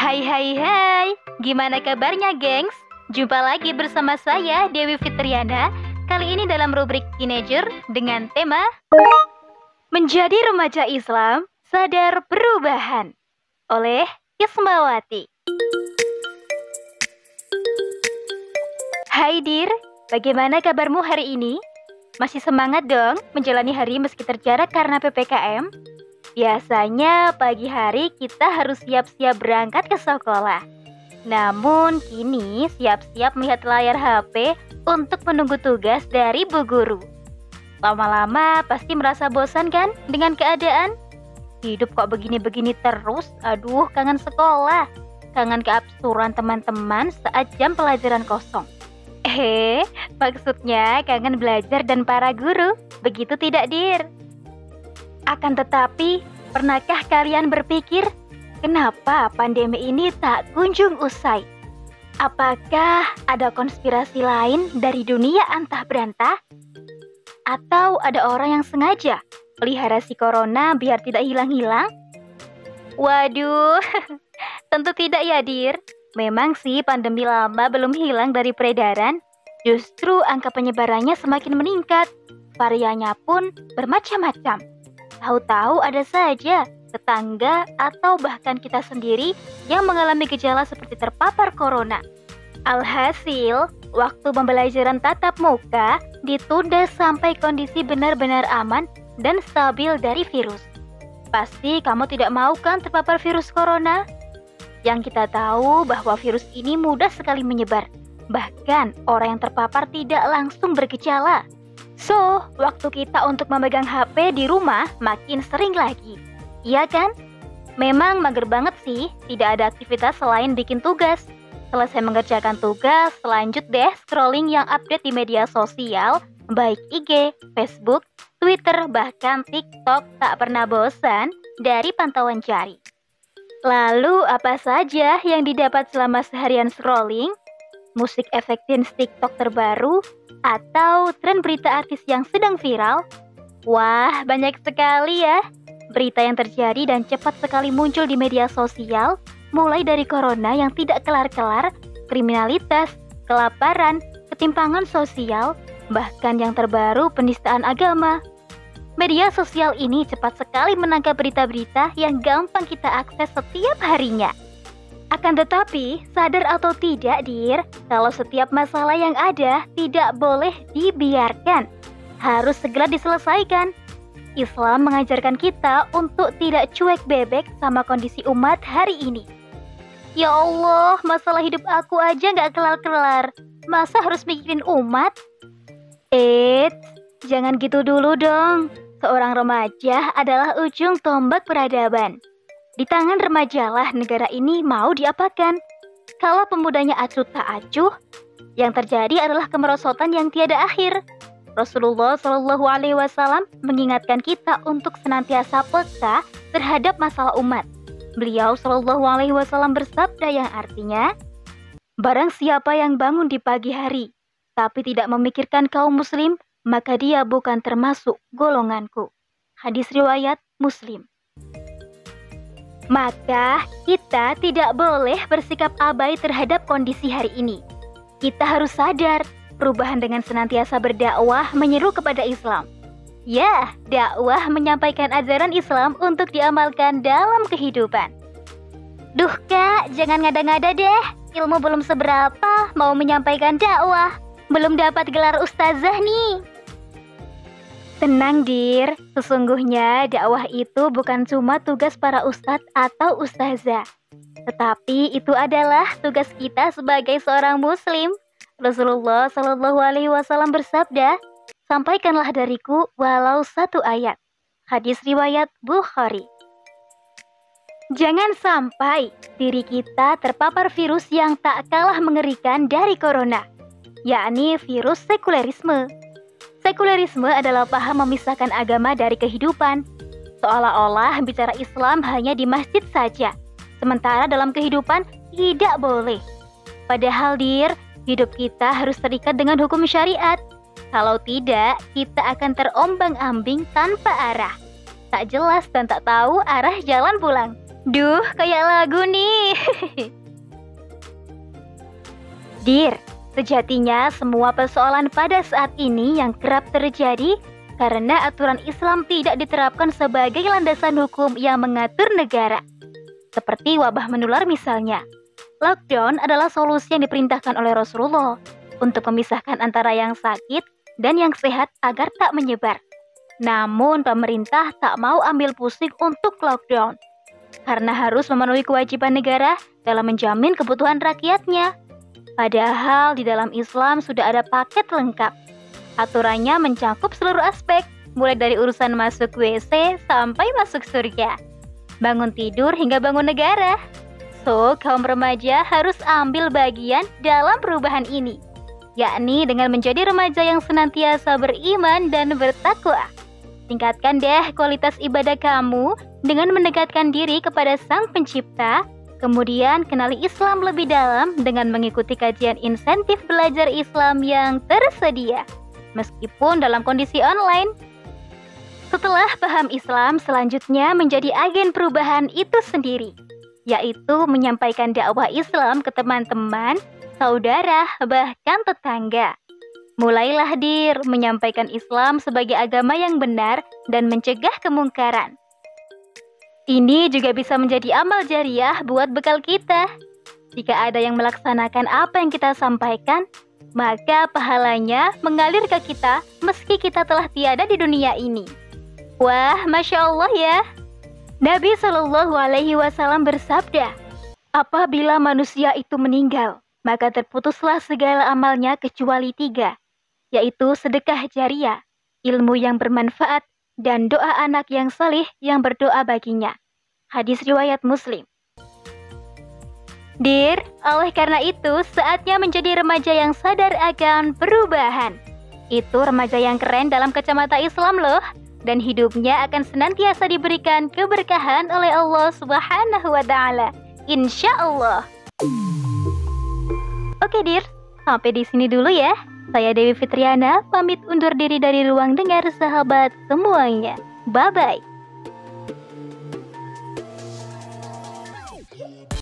Hai hai hai, gimana kabarnya gengs? Jumpa lagi bersama saya Dewi Fitriana. Kali ini dalam rubrik Teenager dengan tema Menjadi Remaja Islam, Sadar Perubahan oleh Ismawati. Hai Dir, bagaimana kabarmu hari ini? Masih semangat dong menjalani hari meski terjarak karena PPKM? Biasanya pagi hari kita harus siap-siap berangkat ke sekolah. Namun kini siap-siap melihat layar HP untuk menunggu tugas dari Bu Guru. Lama-lama pasti merasa bosan kan dengan keadaan? Hidup kok begini-begini terus, aduh kangen sekolah. Kangen keabsurdan teman-teman saat jam pelajaran kosong. Maksudnya kangen belajar dan para guru, begitu tidak Dir? Akan tetapi, pernahkah kalian berpikir, kenapa pandemi ini tak kunjung usai? Apakah ada konspirasi lain dari dunia antah berantah? Atau ada orang yang sengaja pelihara si corona biar tidak hilang-hilang? Waduh, tentu tidak ya Dir. Memang sih pandemi lama belum hilang dari peredaran. Justru angka penyebarannya semakin meningkat. Variannya pun bermacam-macam. Tahu-tahu ada saja tetangga atau bahkan kita sendiri yang mengalami gejala seperti terpapar corona. Alhasil, waktu pembelajaran tatap muka ditunda sampai kondisi benar-benar aman dan stabil dari virus. Pasti kamu tidak mau kan terpapar virus corona? Yang kita tahu bahwa virus ini mudah sekali menyebar. Bahkan orang yang terpapar tidak langsung bergejala. So, waktu kita untuk memegang HP di rumah makin sering lagi. Iya kan? Memang mager banget sih, tidak ada aktivitas selain bikin tugas. Selesai mengerjakan tugas, lanjut deh scrolling yang update di media sosial, baik IG, Facebook, Twitter, bahkan TikTok, tak pernah bosan dari pantauan jari. Lalu apa saja yang didapat selama seharian scrolling? Musik efek dance TikTok terbaru, atau tren berita artis yang sedang viral? Wah, banyak sekali ya berita yang terjadi dan cepat sekali muncul di media sosial, mulai dari corona yang tidak kelar-kelar, kriminalitas, kelaparan, ketimpangan sosial, bahkan yang terbaru penistaan agama. Media sosial ini cepat sekali menangkap berita-berita yang gampang kita akses setiap harinya. Akan tetapi, sadar atau tidak Dir, kalau setiap masalah yang ada tidak boleh dibiarkan, harus segera diselesaikan. Islam mengajarkan kita untuk tidak cuek bebek sama kondisi umat hari ini. Ya Allah, masalah hidup aku aja gak kelar-kelar, masa harus mikirin umat? Jangan gitu dulu dong. Seorang remaja adalah ujung tombak peradaban. Di tangan remajalah negara ini mau diapakan. Kalau pemudanya acuh tak acuh, yang terjadi adalah kemerosotan yang tiada akhir. Rasulullah SAW mengingatkan kita untuk senantiasa peka terhadap masalah umat. Beliau SAW bersabda yang artinya, barang siapa yang bangun di pagi hari, tapi tidak memikirkan kaum muslim, maka dia bukan termasuk golonganku. Hadis riwayat Muslim. Maka kita tidak boleh bersikap abai terhadap kondisi hari ini. Kita harus sadar, perubahan dengan senantiasa berdakwah menyeru kepada Islam. Ya, dakwah menyampaikan ajaran Islam untuk diamalkan dalam kehidupan. Duh Kak, jangan ngada-ngada deh. Ilmu belum seberapa, mau menyampaikan dakwah. Belum dapat gelar ustazah nih. Tenang Dir, sesungguhnya dakwah itu bukan cuma tugas para ustadz atau ustazah, tetapi itu adalah tugas kita sebagai seorang muslim. Rasulullah SAW bersabda, sampaikanlah dariku walau satu ayat. Hadis riwayat Bukhari. Jangan sampai diri kita terpapar virus yang tak kalah mengerikan dari corona, yakni virus sekulerisme. Sekulerisme adalah paham memisahkan agama dari kehidupan. Seolah-olah bicara Islam hanya di masjid saja, sementara dalam kehidupan tidak boleh. Padahal Dir, hidup kita harus terikat dengan hukum syariat. Kalau tidak, kita akan terombang-ambing tanpa arah. Tak jelas dan tak tahu arah jalan pulang. Duh, kayak lagu nih. Dir, sejatinya semua persoalan pada saat ini yang kerap terjadi karena aturan Islam tidak diterapkan sebagai landasan hukum yang mengatur negara. Seperti wabah menular misalnya. Lockdown adalah solusi yang diperintahkan oleh Rasulullah untuk memisahkan antara yang sakit dan yang sehat agar tak menyebar. Namun pemerintah tak mau ambil pusing untuk lockdown karena harus memenuhi kewajiban negara dalam menjamin kebutuhan rakyatnya. Padahal di dalam Islam sudah ada paket lengkap. Aturannya mencakup seluruh aspek, mulai dari urusan masuk WC sampai masuk surga, bangun tidur hingga bangun negara. So, kaum remaja harus ambil bagian dalam perubahan ini, yakni dengan menjadi remaja yang senantiasa beriman dan bertakwa. Tingkatkan deh kualitas ibadah kamu dengan mendekatkan diri kepada Sang Pencipta. Kemudian kenali Islam lebih dalam dengan mengikuti kajian insentif belajar Islam yang tersedia, meskipun dalam kondisi online. Setelah paham Islam, selanjutnya menjadi agen perubahan itu sendiri, yaitu menyampaikan dakwah Islam ke teman-teman, saudara, bahkan tetangga. Mulailah Dir menyampaikan Islam sebagai agama yang benar dan mencegah kemungkaran. Ini juga bisa menjadi amal jariah buat bekal kita. Jika ada yang melaksanakan apa yang kita sampaikan, maka pahalanya mengalir ke kita meski kita telah tiada di dunia ini. Wah, Masya Allah ya. Nabi Shallallahu Alaihi Wasallam bersabda, apabila manusia itu meninggal, maka terputuslah segala amalnya kecuali 3, yaitu sedekah jariah, ilmu yang bermanfaat, dan doa anak yang salih yang berdoa baginya. Hadis riwayat Muslim. Dir, oleh karena itu saatnya menjadi remaja yang sadar akan perubahan. Itu remaja yang keren dalam kacamata Islam loh, dan hidupnya akan senantiasa diberikan keberkahan oleh Allah Subhanahu wa Ta'ala. Insya Allah. Oke Dir, sampai di sini dulu ya. Saya Dewi Fitriana, pamit undur diri dari ruang dengar sahabat semuanya. Bye-bye.